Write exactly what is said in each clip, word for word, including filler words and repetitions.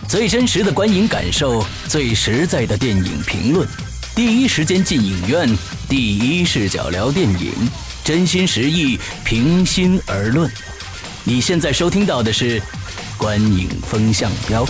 最真实的观影感受，最实在的电影评论，第一时间进影院，第一视角聊电影，真心实意，平心而论。你现在收听到的是观影风向标。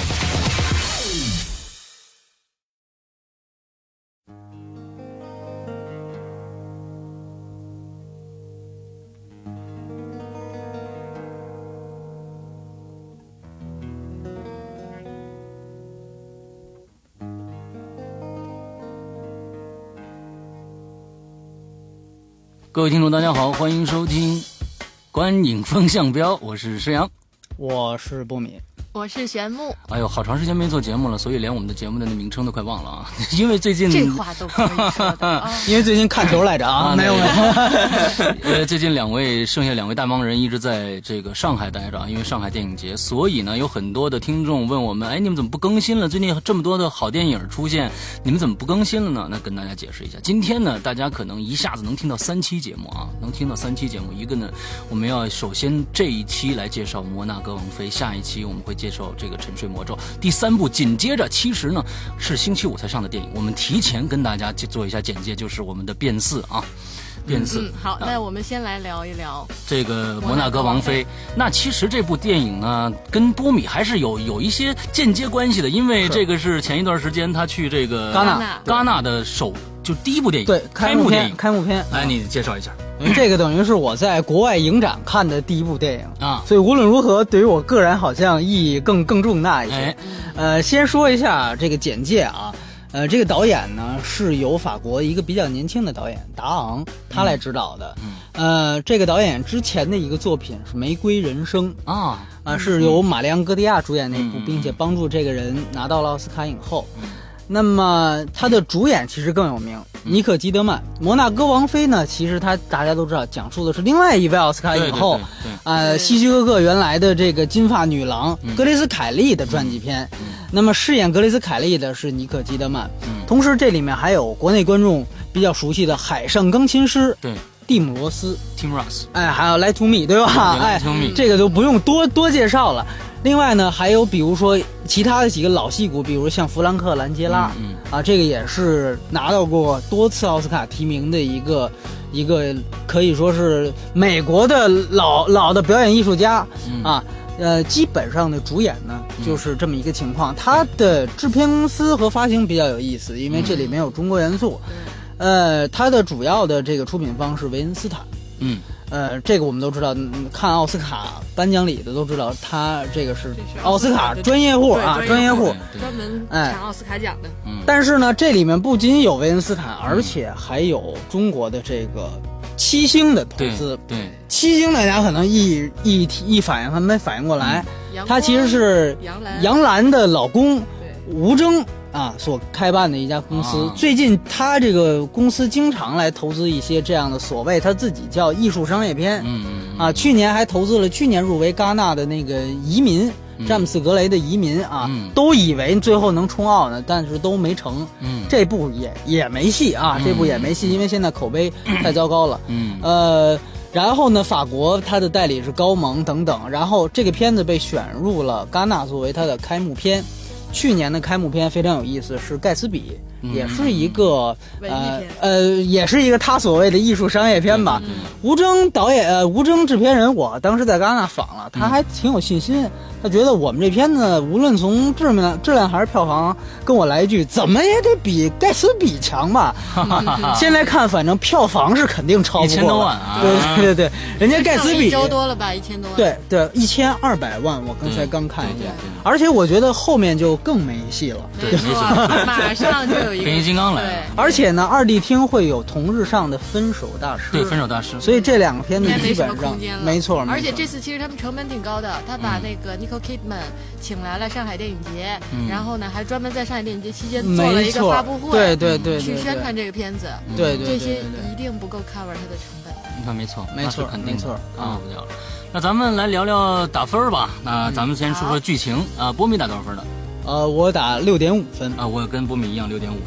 各位听众大家好，欢迎收听观影风向标，我是施阳， 我是波米， 我是玄木。 哎呦，好长时间没做节目了，所以连我们的节目的名称都快忘了啊！因为最近这话都可以说的、啊、 因为最近看球来着啊，没有没有。 呃，最近两位剩下两位大忙人一直在这个上海待着，因为上海电影节，所以呢，有很多的听众问我们，哎，你们怎么不更新了？最近这么多的好电影出现，你们怎么不更新了呢？那跟大家解释一下，今天呢，大家可能一下子能听到三期节目啊，能听到三期节目。一个呢，我们要首先这一期来介绍摩纳哥王妃，下一期我们会介绍这个沉睡魔咒，第三部紧接着其实呢是星期五才上的电影，我们提前跟大家做一下简介，就是我们的变四啊。变四、 嗯、好、啊、那我们先来聊一聊这个摩纳哥王妃。那其实这部电影呢跟波米还是有有一些间接关系的，因为这个是前一段时间他去这个戛纳戛纳的首就第一部电影， 对， 开幕电影开幕片。 来，你介绍一下。 这个等于是我在国外影展看的第一部电影啊， 所以无论如何对于我个人好像意义更更重大一些、哎、呃先说一下这个简介啊，呃这个导演呢是由法国一个比较年轻的导演达昂他来指导的、嗯、呃这个导演之前的一个作品是玫瑰人生啊啊、呃、是由玛丽昂戈迪亚主演那部、嗯、并且帮助这个人拿到了奥斯卡影后、嗯，那么他的主演其实更有名，尼可基德曼。摩纳哥王妃呢，其实他大家都知道，讲述的是另外一位奥斯卡影后，呃，希区柯克原来的这个金发女郎、嗯、格雷斯凯利的传记片、嗯。那么饰演格雷斯凯利的是尼可基德曼、嗯，同时这里面还有国内观众比较熟悉的海上钢琴师， 对。 蒂姆罗斯 Tim Ross， 哎，还有 Lie to Me， 对吧？ 对， 哎 ，Lie to Me， 这个就不用多多介绍了。另外呢，还有比如说其他的几个老戏骨，比如像弗兰克·兰杰拉、嗯嗯、啊，这个也是拿到过多次奥斯卡提名的一个一个可以说是美国的老老的表演艺术家、嗯、啊。呃，基本上的主演呢就是这么一个情况。他的制片公司和发行比较有意思，因为这里面有中国元素。呃，它的主要的这个出品方是维恩斯坦。 嗯， 呃，这个我们都知道，看奥斯卡颁奖礼的都知道，他这个是奥斯卡专业户啊，专业户， 专门抢奥斯卡奖的。 嗯，但是呢，这里面不仅有维恩斯坦，而且还有中国的这个七星的投资。 对，对七星大家可能一一一反应还没反应过来，嗯、他其实是杨澜杨澜的老公吴峥啊所开办的一家公司、啊、最近他这个公司经常来投资一些这样的所谓他自己叫艺术商业片。 嗯嗯啊，去年还投资了去年入围戛纳的那个移民、嗯、詹姆斯格雷的移民啊、嗯、都以为最后能冲奥呢，但是都没成。嗯，这部也也没戏啊、嗯、这部也没戏，因为现在口碑太糟糕了。 嗯， 呃然后呢，法国他的代理是高蒙等等，然后这个片子被选入了戛纳作为他的开幕片。去年的开幕片非常有意思，是盖茨比，嗯、也是一个呃呃，也是一个他所谓的艺术商业片吧。吴峥导演，呃，吴峥制片人，我当时在戛纳访了，他还挺有信心。嗯，他觉得我们这片子无论从质量、质量还是票房，跟我来一句，怎么也得比盖茨比强吧。现在看，反正票房是肯定超不过，一千多万啊！ 对对对对，人家盖茨比一周多了吧，一千多万。 对对，一千二百万，我刚才刚看一下，而且我觉得后面就更没戏了。 对，马上就有一个变形金刚来了。 而且呢，二 D 厅会有同日上的《分手大师》， 对，《分手大师》。 所以这两个片子基本上没错。 而且这次其实他们成本挺高的，他把那个 Nicole Kidman 请来了上海电影节， 嗯、 然后呢还专门在上海电影节期间做了一个发布会， 对对 对, 对, 对， 去宣传这个片子。 对 对, 对, 对, 对, 对， 这些一定不够 cover 它的成本。 你看，没错， 没错， 肯定没错啊，不掉了。那咱们来聊聊打分吧。那咱们先说说剧情啊，波米打多少分的？ 呃，我打六点五分啊，我跟波米一样六点五分。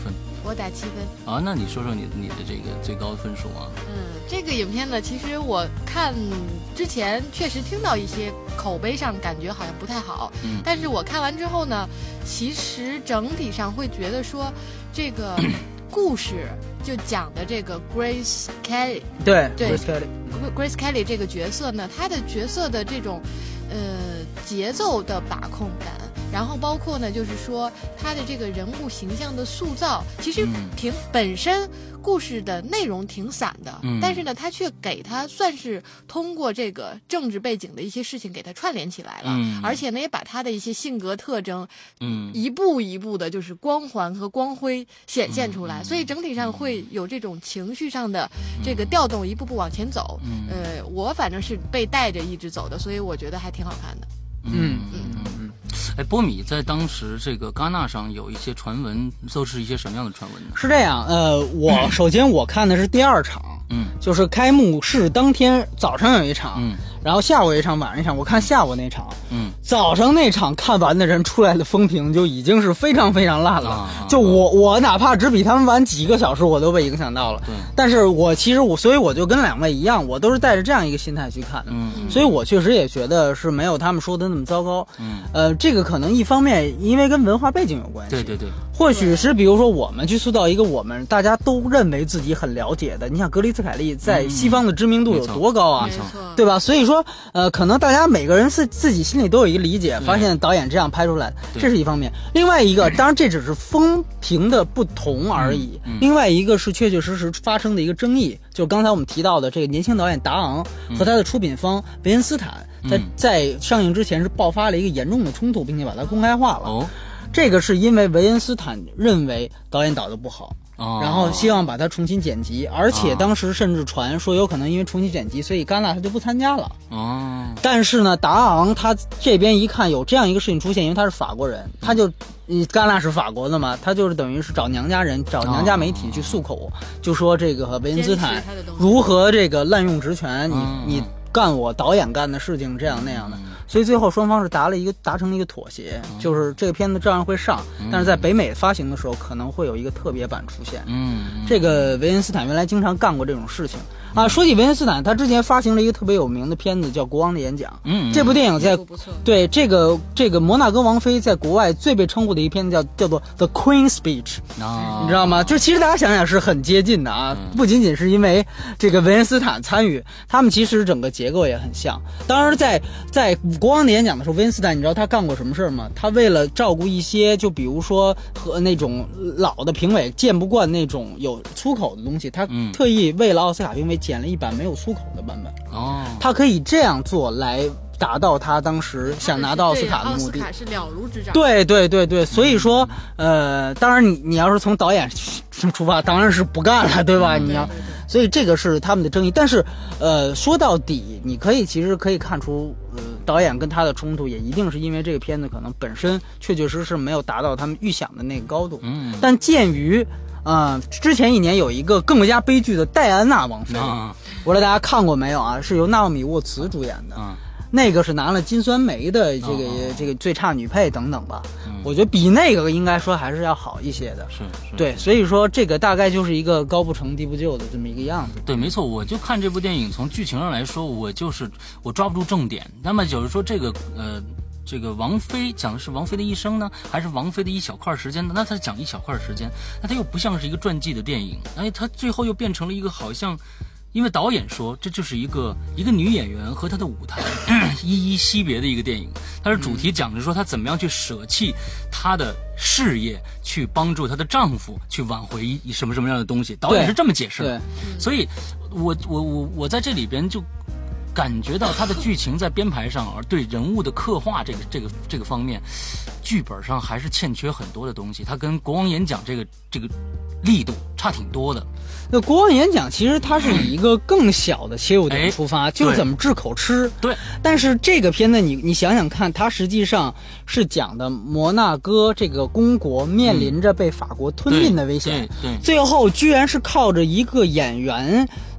我打七分。 啊，那你说说你你的这个最高分数啊？ 嗯，这个影片呢，其实我看之前确实听到一些口碑上感觉好像不太好， 嗯， 但是我看完之后呢，其实整体上会觉得说，这个故事就讲的这个 Grace Kelly， 对对 Grace Kelly Grace Kelly 这个角色呢，她的角色的这种呃节奏的把控感。然后包括呢，就是说他的这个人物形象的塑造，其实挺、嗯、本身故事的内容挺散的，嗯、但是呢，他却给他算是通过这个政治背景的一些事情给他串联起来了，嗯、而且呢，也把他的一些性格特征，嗯，一步一步的，就是光环和光辉显现出来，嗯、所以整体上会有这种情绪上的这个调动，一步步往前走。嗯、呃，我反正是被带着一直走的，所以我觉得还挺好看的。 嗯嗯嗯嗯，哎，波米在当时这个戛纳上有一些传闻，都是一些什么样的传闻呢？ 是这样，呃，我首先我看的是第二场，嗯，就是开幕式当天早上有一场，嗯，然后下午有一场，晚上一场。我看下午那场，嗯，早上那场看完的人出来的风评就已经是非常非常烂了。啊、就我我哪怕只比他们晚几个小时，我都被影响到了。对，但是我其实我所以我就跟两位一样，我都是带着这样一个心态去看的。嗯，所以我确实也觉得是没有他们说的那么糟糕。嗯，呃，这个可能一方面因为跟文化背景有关系。 对对对， 或许是比如说我们去塑造一个我们大家都认为自己很了解的，你想格里斯凯利在西方的知名度有多高啊？嗯、对吧？所以说，呃，可能大家每个人是自己心里都有一个理解，发现导演这样拍出来，这是一方面。另外一个，当然这只是风评的不同而已。嗯嗯、另外一个是确确实实发生的一个争议，就是刚才我们提到的这个年轻导演达昂和他的出品方维恩斯坦，在在上映之前是爆发了一个严重的冲突，并且把它公开化了。哦，这个是因为维恩斯坦认为导演导得不好。哦、然后希望把它重新剪辑，而且当时甚至传说有可能因为重新剪辑，所以戛纳他就不参加了。哦，但是呢，达昂他这边一看有这样一个事情出现，因为他是法国人，他就，戛纳是法国的嘛，他就是等于是找娘家人、找娘家媒体去诉口，哦、就说这个维恩斯坦如何这个滥用职权，你、嗯、你干我导演干的事情这样那样的。嗯，所以最后双方是达了一个达成了一个妥协，嗯、就是这个片子照样会上，嗯、但是在北美发行的时候可能会有一个特别版出现。嗯，这个维恩斯坦原来经常干过这种事情啊。说起维恩斯坦，他之前发行了一个特别有名的片子叫《国王的演讲》。嗯，这部电影在对这个这个摩纳哥王妃在国外最被称呼的一片子叫叫做《The Queen's Speech》。哦，你知道吗？就其实大家想想是很接近的啊，嗯、不仅仅是因为这个维恩斯坦参与，他们其实整个结构也很像。当然在在国王的演讲的时候，维恩斯坦你知道他干过什么事吗？他为了照顾一些就比如说和那种老的评委见不惯那种有粗口的东西，他特意为了奥斯卡评委剪了一版没有粗口的版本。哦，他可以这样做来达到他当时想拿到奥斯卡的目的。 奥斯卡是了如指掌。 对对对对，所以说呃，当然你你要是从导演出发，当然是不干了，对吧？嗯、你要。对对对，所以这个是他们的争议，但是，呃，说到底，你可以其实可以看出，呃，导演跟他的冲突也一定是因为这个片子可能本身确确实实没有达到他们预想的那个高度。嗯。但鉴于，呃，之前一年有一个更加悲剧的戴安娜王妃，嗯、我不知道大家看过没有啊？是由纳奥米沃茨主演的。嗯。那个是拿了金酸梅的这个、哦、这个最差女配等等吧，嗯、我觉得比那个应该说还是要好一些的。 是是， 对，所以说这个大概就是一个高不成低不就的这么一个样子。 对，没错，我就看这部电影，从剧情上来说，我就是我抓不住重点。那么就是说这个呃。这个王妃讲的是王妃的一生呢，还是王妃的一小块时间呢？那他讲一小块时间，那他又不像是一个传记的电影，哎，他最后又变成了一个好像。因为导演说这就是一个一个女演员和她的舞台依依惜别的一个电影，它是主题讲着说她怎么样去舍弃她的事业，去帮助她的丈夫去挽回一什么什么样的东西，导演是这么解释的。所以我我我我在这里边就感觉到他的剧情在编排上，而对人物的刻画这个这个这个方面，剧本上还是欠缺很多的东西。他跟国王演讲这个这个力度差挺多的。 那国王演讲其实它是以一个更小的切入点出发，就是怎么治口吃。 对。 但是这个片子你你想想看，它实际上是讲的摩纳哥这个公国面临着被法国吞并的危险。 嗯、对, 对。 最后居然是靠着一个演员。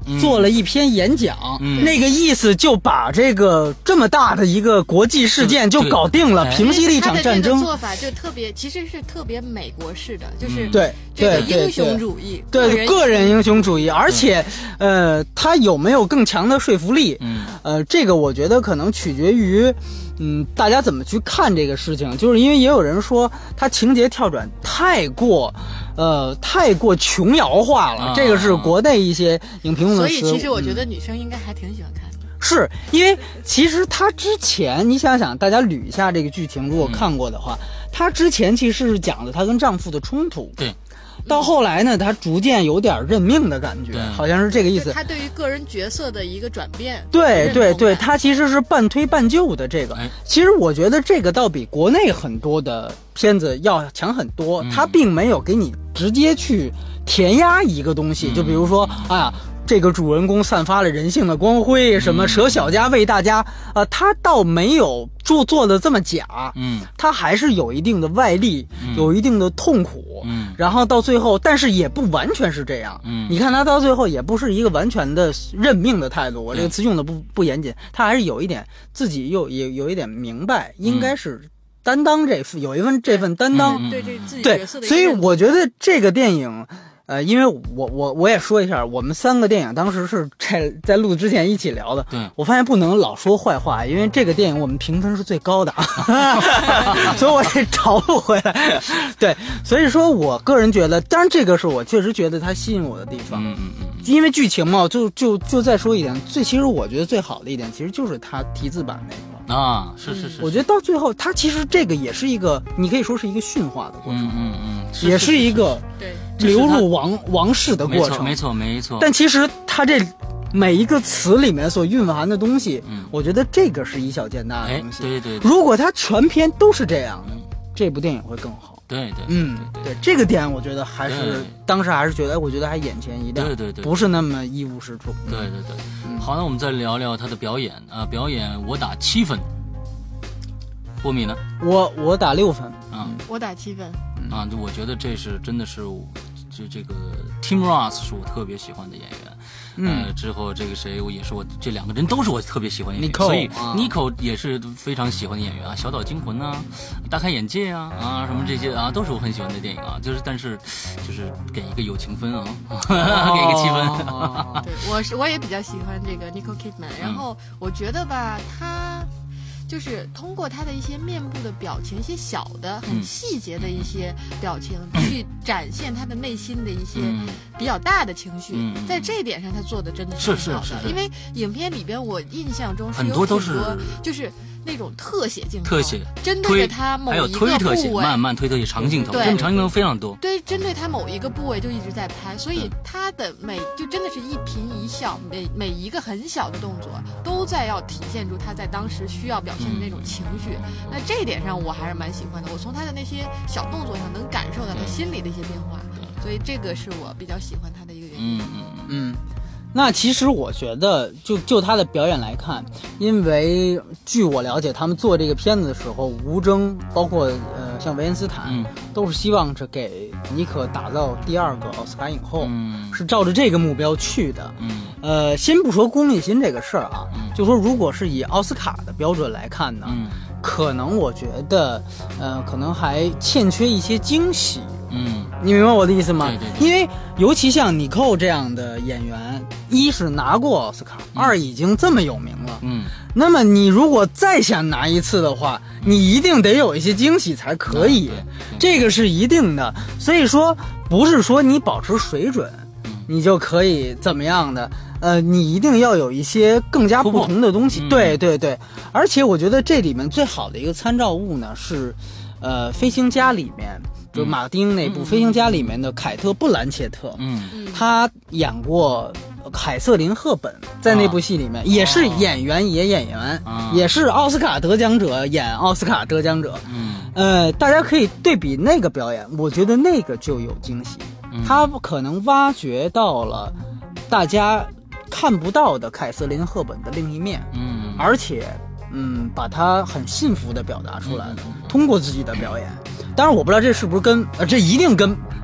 做了一篇演讲， 嗯、 那个意思就把这个这么大的一个国际事件就搞定了，平息了一场战争。 他的这个做法就特别，其实是特别美国式的，就是对这个英雄主义， 对个人英雄主义，而且呃，他有没有更强的说服力？ 嗯， 呃，这个我觉得可能取决于。嗯，大家怎么去看这个事情？就是因为也有人说他情节跳转太过，呃，太过琼瑶化了。啊、这个是国内一些影评的词。 所以其实我觉得女生应该还挺喜欢看的。嗯、 是因为其实他之前，你想想，大家捋一下这个剧情，如果看过的话，嗯、他之前其实是讲的她跟丈夫的冲突。 对。 到后来呢，她逐渐有点认命的感觉，好像是这个意思。 她对于个人角色的一个转变。 对对对，她其实是半推半就的这个。 哎、 其实我觉得这个倒比国内很多的片子要强很多， 嗯、 它并没有给你直接去填压一个东西， 嗯、 就比如说啊。这个主人公散发了人性的光辉，什么舍小家为大家，呃，他倒没有做做的这么假， 嗯， 他还是有一定的外力， 嗯、 有一定的痛苦， 嗯， 然后到最后，但是也不完全是这样， 嗯， 你看他到最后也不是一个完全的认命的态度，我这个词用的不不严谨，他还是有一点自己又也有一点明白，应该是担当这份有一份这份担当， 嗯、对对自己角色的， 对，所以我觉得这个电影。呃，因为我我我也说一下，我们三个电影当时是在在录之前一起聊的。 对， 我发现不能老说坏话，因为这个电影我们评分是最高的，所以我得找补回来。对，所以说我个人觉得，当然这个是我确实觉得它吸引我的地方。 嗯嗯嗯。 因为剧情嘛，就就就再说一点，最其实我觉得最好的一点，其实就是它题字版那个啊，是是是。 我觉得到最后，它其实这个也是一个，你可以说是一个驯化的过程。 嗯嗯嗯， 是也是一个对。 流入王王室的过程， 没错没错。 但其实它这每一个词里面所蕴含的东西， 嗯， 我觉得这个是以小见大的东西。 哎、对, 对对。 如果它全篇都是这样的，嗯、这部电影会更好。 对对， 嗯， 对, 对, 对, 对，这个点我觉得还是当时还是觉得，我觉得还眼前一亮。 对对对， 不是那么一无是处。 对对对。嗯、好，那我们再聊聊他的表演啊，表演我打七分。波米呢？ 我我打六分啊， 我打七分啊，我觉得这是真的是，就这个 Tim Roth 是我特别喜欢的演员。 嗯， 呃，之后这个谁，我也是我这两个人都是我特别喜欢的演员， Nico, 所以、 啊、 Nico 也是非常喜欢的演员啊，小岛惊魂啊，大开眼界啊啊什么这些啊都是我很喜欢的电影啊，就是但是就是给一个友情分啊，哦、给一个七分。 哦、对，我是我也比较喜欢这个 Nicole Kidman， 然后我觉得吧，他。就是通过他的一些面部的表情，一些小的、很细节的一些表情，嗯、去展现他的内心的一些比较大的情绪。 嗯、 在这一点上，他做的真的是很好的。 是是是， 因为影片里边，我印象中是很多都是就是那种特写镜头， 特写针对着他某一个部位， 还有推特写，慢慢推特写长镜头， 对， 长镜头非常多。 对，针对他某一个部位就一直在拍，所以他的每就真的是一颦一笑，每每一个很小的动作都在要体现出他在当时需要表现的那种情绪。嗯、那这一点上我还是蛮喜欢的，我从他的那些小动作上能感受到他心里的一些变化，所以这个是我比较喜欢他的一个原因。 嗯嗯嗯。那其实我觉得就就他的表演来看，因为据我了解，他们做这个片子的时候，吴峥包括呃像维恩斯坦、 嗯、 都是希望着给妮可打造第二个奥斯卡影后， 嗯、 是照着这个目标去的。 嗯， 呃，先不说功利心这个事儿啊， 嗯、 就说如果是以奥斯卡的标准来看呢， 嗯、 可能我觉得呃可能还欠缺一些惊喜。 嗯， 你明白我的意思吗？ 对对对。 因为尤其像妮蔻这样的演员，一是拿过奥斯卡，嗯、二已经这么有名了。 嗯， 那么你如果再想拿一次的话，你一定得有一些惊喜才可以， 嗯、 这个是一定的。所以说，不是说你保持水准， 嗯、 你就可以怎么样的。呃，你一定要有一些更加不同的东西。 嗯、 对对对，而且我觉得这里面最好的一个参照物呢是，呃，《飞行家》里面。就马丁那部《飞行家》里面的凯特·布兰切特， 嗯， 他演过凯瑟琳·赫本，在那部戏里面、啊、也是演员也演员、 啊， 也是奥斯卡得奖者演奥斯卡得奖者。 嗯， 呃，大家可以对比那个表演，我觉得那个就有惊喜， 嗯、 他可能挖掘到了大家看不到的凯瑟琳·赫本的另一面， 嗯， 而且嗯，把他很幸福的表达出来了， 嗯、 通过自己的表演。当然我不知道这是不是跟呃，这一定跟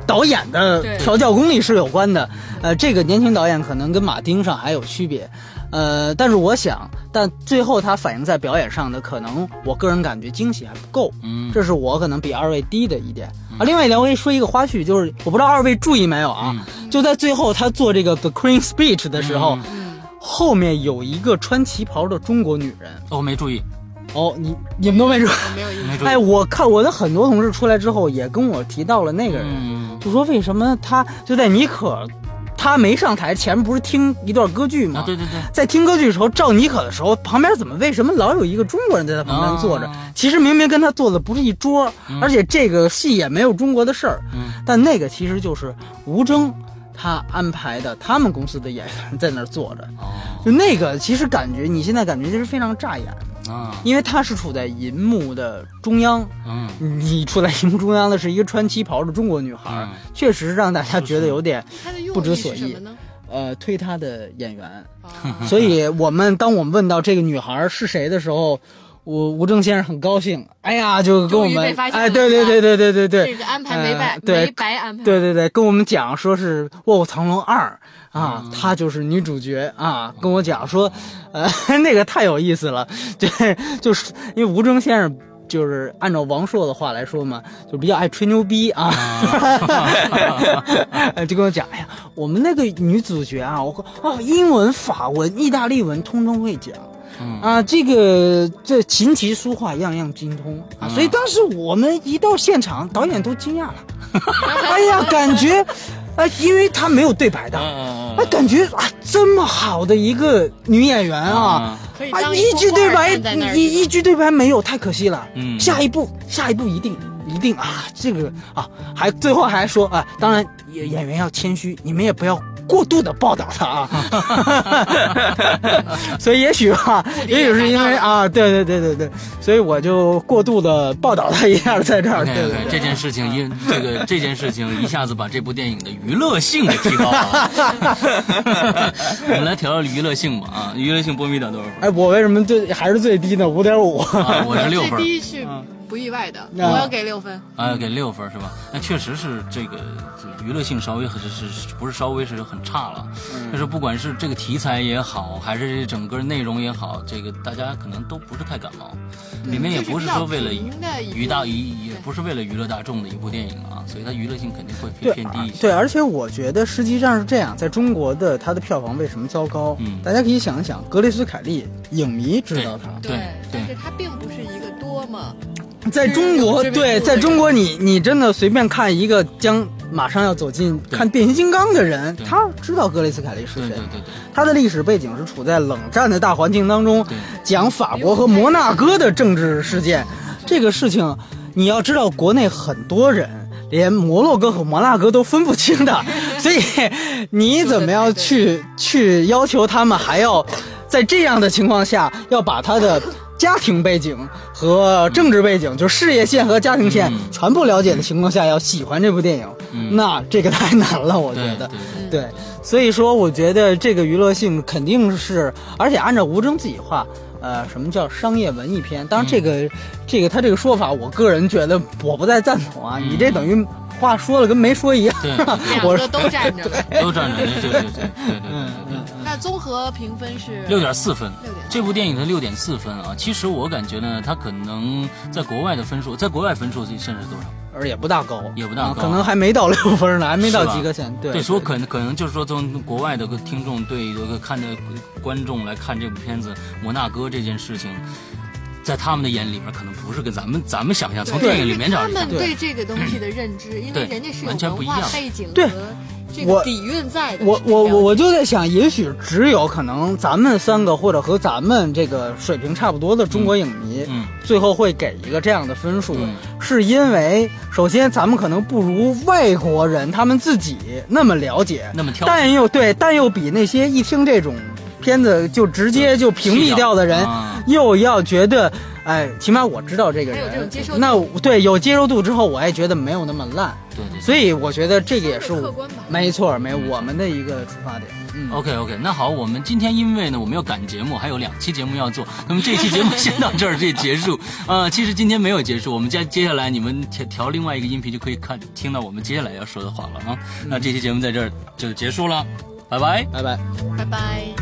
导演的调教功力是有关的。呃，这个年轻导演可能跟马丁上还有区别。呃，但是我想，但最后他反映在表演上的，可能我个人感觉惊喜还不够。嗯，这是我可能比二位低的一点。啊，另外一点我可以说一个花絮，就是我不知道二位注意没有啊？嗯、就在最后他做这个 The Queen Speech 的时候，嗯、后面有一个穿旗袍的中国女人。 哦，没注意。 哦，你你们都没注意？ 没有印象。 哎，我看我的很多同事出来之后也跟我提到了那个人，嗯、就说为什么他就在尼可。他没上台前面不是听一段歌剧吗？ 啊，对对对， 在听歌剧的时候，赵妮可的时候，旁边怎么为什么老有一个中国人在他旁边坐着？啊、其实明明跟他坐的不是一桌，嗯、而且这个戏也没有中国的事儿。嗯，但那个其实就是吴峥他安排的，他们公司的演员在那儿坐着。哦，就那个其实感觉你现在感觉就是非常扎眼。啊，因为他是处在银幕的中央，嗯，你处在银幕中央的是一个穿旗袍的中国女孩，嗯、确实让大家觉得有点不知所以。呃，推他的演员，哦、所以我们当我们问到这个女孩是谁的时候，我吴峥先生很高兴，哎呀，就跟我们，哎，对对对对对对对， 这个安排没白，呃、 对没白安排， 对对对，跟我们讲说是《卧虎藏龙二》。啊，她就是女主角啊，跟我讲说，呃，那个太有意思了，对，就是因为吴峥先生就是按照王朔的话来说嘛，就比较爱吹牛逼啊，就跟我讲，哎呀，我们那个女主角啊，我啊，英文、法文、意大利文通通会讲。啊，这个这琴棋书画样样精通啊，所以当时我们一到现场，导演都惊讶了，哎呀，感觉。啊，因为她没有对白的，啊，感觉啊，这么好的一个女演员啊，啊，一句对白一一句对白没有，太可惜了。嗯，下一步，下一步一定一定啊，这个啊，还最后还说啊，当然演员要谦虚，你们也不要过度的报道他啊。所以也许吧，也许是因为啊，对对对对对，所以我就过度的报道他一下，在这儿。对对， 这件事情因这个这件事情一下子把这部电影的娱乐性给提高了。我们来调调娱乐性吧啊，娱乐性波米打多少分？ 哎，我为什么最还是最低呢？五点五。 我是六分。 最低是不意外的，我要给六分。 啊，给六分是吧？那确实是这个娱乐性稍微很是不是稍微是很差了。嗯、就是不管是这个题材也好，还是整个内容也好，这个大家可能都不是太感冒。里面也不是说为了娱大娱，也不是为了娱乐大众的一部电影啊，所以它娱乐性肯定会偏低一些。 对，而且我觉得实际上是这样，在中国的它的票房为什么糟糕？嗯，大家可以想一想，格雷斯凯利，影迷知道他， 对，但是他并不是一个多么。 在中国，对，在中国你，你你真的随便看一个将马上要走进看变形金刚的人，他知道格雷斯凯利是谁。 对对对对， 他的历史背景是处在冷战的大环境当中，讲法国和摩纳哥的政治事件。这个事情，你要知道，国内很多人连摩洛哥和摩纳哥都分不清的，所以你怎么样去去要求他们还要在这样的情况下要把他的家庭背景和政治背景，就事业线和家庭线全部了解的情况下要喜欢这部电影，嗯、那这个太难了，我觉得。对, 对, 对, 对，所以说我觉得这个娱乐性肯定是，而且按照吴峥自己话，呃，什么叫商业文艺片？当然这个、嗯、这个他这个说法，我个人觉得我不太赞同啊，嗯、你这等于话说了跟没说一样。 对， 两个都站着， 都站着，对对对对对对对。 那综合评分是六点四分，这部电影的六点四分啊。其实我感觉呢，它可能在国外的分数，在国外分数甚至是多少？ 而也不大高， 也不大高， 啊、可能还没到六分呢，还没到及格线。对， 对，说可能可能就是说，从国外的听众对一个看的观众来看这部片子《摩纳哥》这件事情。在他们的眼里面，可能不是跟咱们咱们想象从电影里面找他们对这个东西的认知，因为人家是有文化背景和这个底蕴在的。 我我我我就在想，也许只有可能咱们三个或者和咱们这个水平差不多的中国影迷，嗯，最后会给一个这样的分数，嗯、是因为首先咱们可能不如外国人他们自己那么了解， 那么挑， 但又对，但又比那些一听这种片子就直接就屏蔽掉的人，又要觉得，哎，起码我知道这个人， 还有这种接受度， 那对有接受度之后，我也觉得没有那么烂。 对对。 所以我觉得这个也是客观吧， 没错，没我们的一个出发点。嗯 OK OK， 那好，我们今天因为呢我们要赶节目，还有两期节目要做，那么这期节目先到这儿这结束啊、呃。其实今天没有结束，我们接接下来你们调调另外一个音频就可以看听到我们接下来要说的话了啊。那这期节目在这儿就结束了，拜拜， 拜拜， 拜拜。